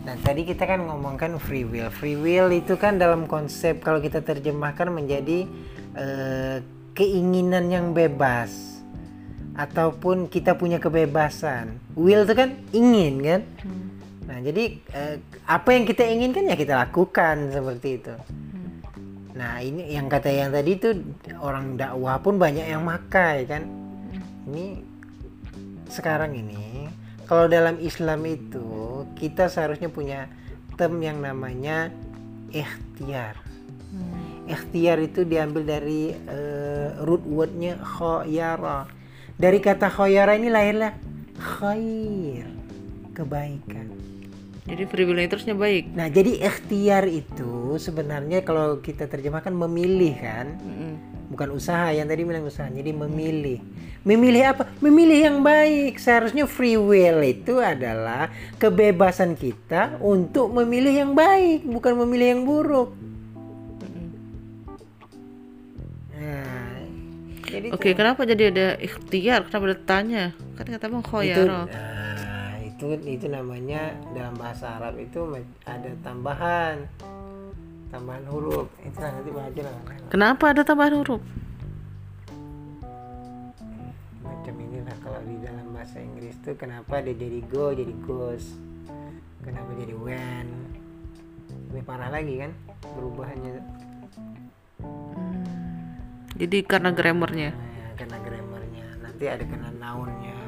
Nah, tadi kita kan ngomongkan free will. Free will itu kan dalam konsep kalau kita terjemahkan menjadi keinginan yang bebas ataupun kita punya kebebasan. Will itu kan ingin kan? Nah, jadi apa yang kita inginkan ya kita lakukan seperti itu. Nah, ini yang kata yang tadi itu orang dakwah pun banyak yang makai kan. Ini sekarang ini kalau dalam Islam itu kita seharusnya punya term yang namanya ikhtiar. Ikhtiar itu diambil dari root wordnya khoyara. Dari kata khoyara ini lahirlah khair, kebaikan. Jadi free will itu harusnya baik. Nah, jadi ikhtiar itu sebenarnya kalau kita terjemahkan memilih kan. Bukan usaha, yang tadi bilang usaha. Jadi memilih. Memilih apa? Memilih yang baik. Seharusnya free will itu adalah kebebasan kita untuk memilih yang baik, bukan memilih yang buruk. Nah, jadi Oke, kenapa jadi ada ikhtiar? Kenapa ada tanya? Kan kata Bang khoyara. itu namanya dalam bahasa Arab itu ada tambahan huruf. Itulah nanti belajar lah. Kenapa ada tambahan huruf? Macam inilah kalau di dalam bahasa Inggris tuh kenapa dia jadi go jadi goes, kenapa jadi when, lebih parah lagi kan perubahannya. Jadi karena grammarnya. Nah, karena grammarnya nanti ada kena nounnya.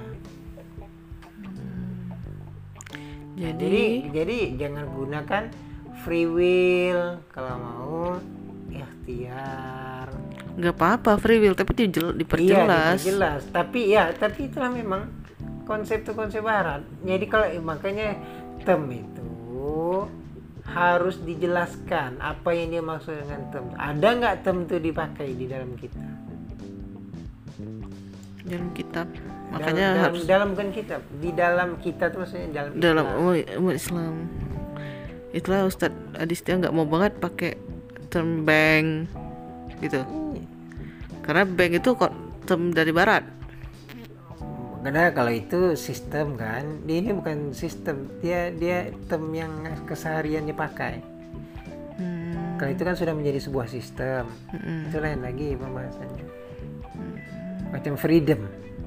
Jadi jangan gunakan free will kalau mau ikhtiar. Nggak apa-apa free will, tapi diperjelas. Iya, diperjelas. Tapi itulah memang konsep barat. Jadi kalau makanya term itu harus dijelaskan apa yang dia maksud dengan term. Ada nggak term itu dipakai di dalam kita? Dalam kitab. Makanya harus dalam bukan kitab, di dalam kita tuh maksudnya dalam umat Islam. Itulah Ustadz Adistia nggak mau banget pakai term bank gitu. Karena bank itu kok term dari barat. Karena kalau itu sistem kan, ini bukan sistem, dia term yang keseharian dipakai. Kalau itu kan sudah menjadi sebuah sistem, itu lain lagi pembahasannya. Macam freedom.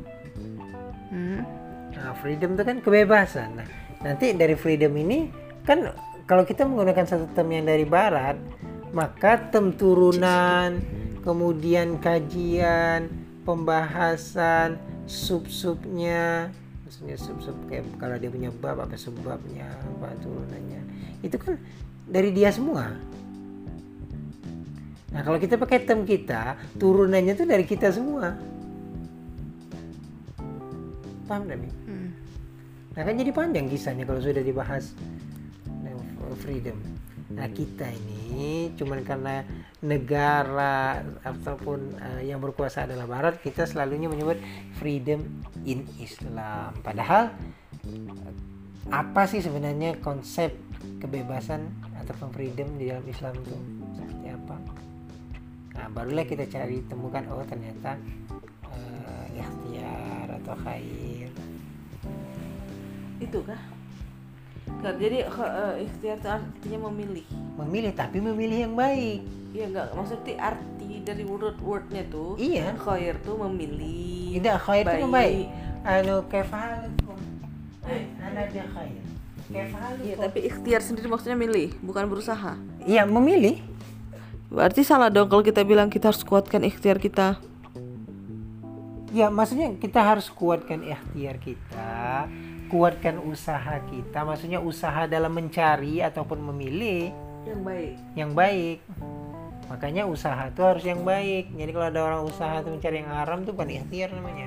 Nah, freedom itu kan kebebasan. Nah, nanti dari freedom ini kan kalau kita menggunakan satu term yang dari barat, maka term turunan, kemudian kajian, pembahasan, sub-subnya, maksudnya sub-sub kayak kalau dia punya bab apa sebabnya, apa turunannya, itu kan dari dia semua. Nah, kalau kita pakai term kita, turunannya itu dari kita semua. Paham tak, Mi? Nah, kan jadi panjang kisahnya kalau sudah dibahas freedom. Nah, kita ini cuman karena negara ataupun yang berkuasa adalah barat, kita selalunya menyebut freedom in Islam. Padahal apa sih sebenarnya konsep kebebasan ataupun freedom di dalam Islam itu seperti apa? Nah, barulah kita cari temukan, oh ternyata ikhtiar atau khair. Itu kah? Nggak, jadi ikhtiar itu artinya memilih, tapi memilih yang baik. Iya, nggak, maksudnya arti dari wordnya tuh. Iya, khair tuh memilih. Tidak, khair itu yang baik. Kefahalukum ada dia khair. Iya, tapi ikhtiar sendiri maksudnya milih, bukan berusaha. Iya, memilih. Berarti salah dong kalau kita bilang kita harus kuatkan ikhtiar kita. Ya, maksudnya kita harus kuatkan ikhtiar kita, kuatkan usaha kita, maksudnya usaha dalam mencari ataupun memilih yang baik. Makanya usaha itu harus yang baik. Jadi kalau ada orang usaha itu mencari yang haram itu bukan ikhtiar namanya.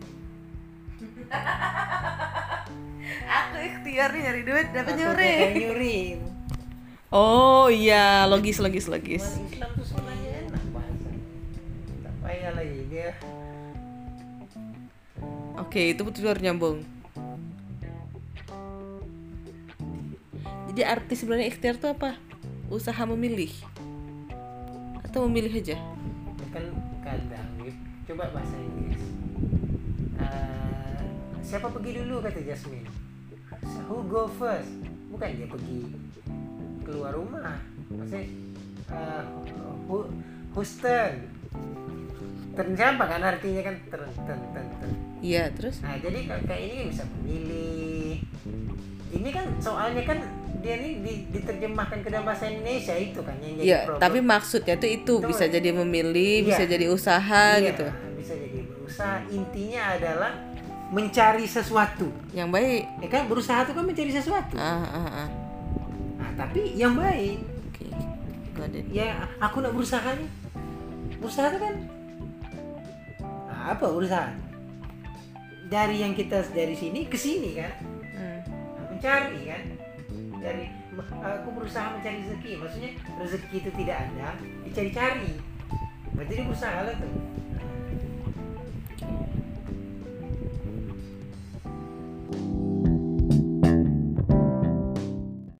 Aku ikhtiar nih nyari duit dapat nyuri. Oh iya, logis. Islam tuh sebenarnya enak bahasanya. Tak payah lagi dia. Oke, itu betul nyambung. Jadi arti sebenarnya ikhtiar itu apa? Usaha memilih atau memilih aja? Kan kadang coba bahasa Inggris. Siapa pergi dulu kata Jasmine? Who go first? bukan dia pergi keluar rumah. Maksudnya Houston siapa kan artinya kan ter. Iya, terus? Nah jadi kayak ini kan bisa memilih. Ini kan soalnya kan dia ini diterjemahkan ke dalam bahasa Indonesia itu kan yang jadi Iya, problem. tapi maksudnya tuh itu bisa jadi memilih, bisa jadi usaha gitu. Bisa jadi berusaha. Intinya adalah mencari sesuatu Yang baik. ya kan, berusaha itu kan mencari sesuatu. Ah. Nah tapi yang baik Oke. Got it. ya, aku nak berusaha nih. Berusaha itu kan apa berusaha? Dari yang kita dari sini ke sini kan, mencari kan, dari aku berusaha mencari rezeki, maksudnya rezeki itu tidak ada, dicari-cari, berarti dia berusaha lah tuh.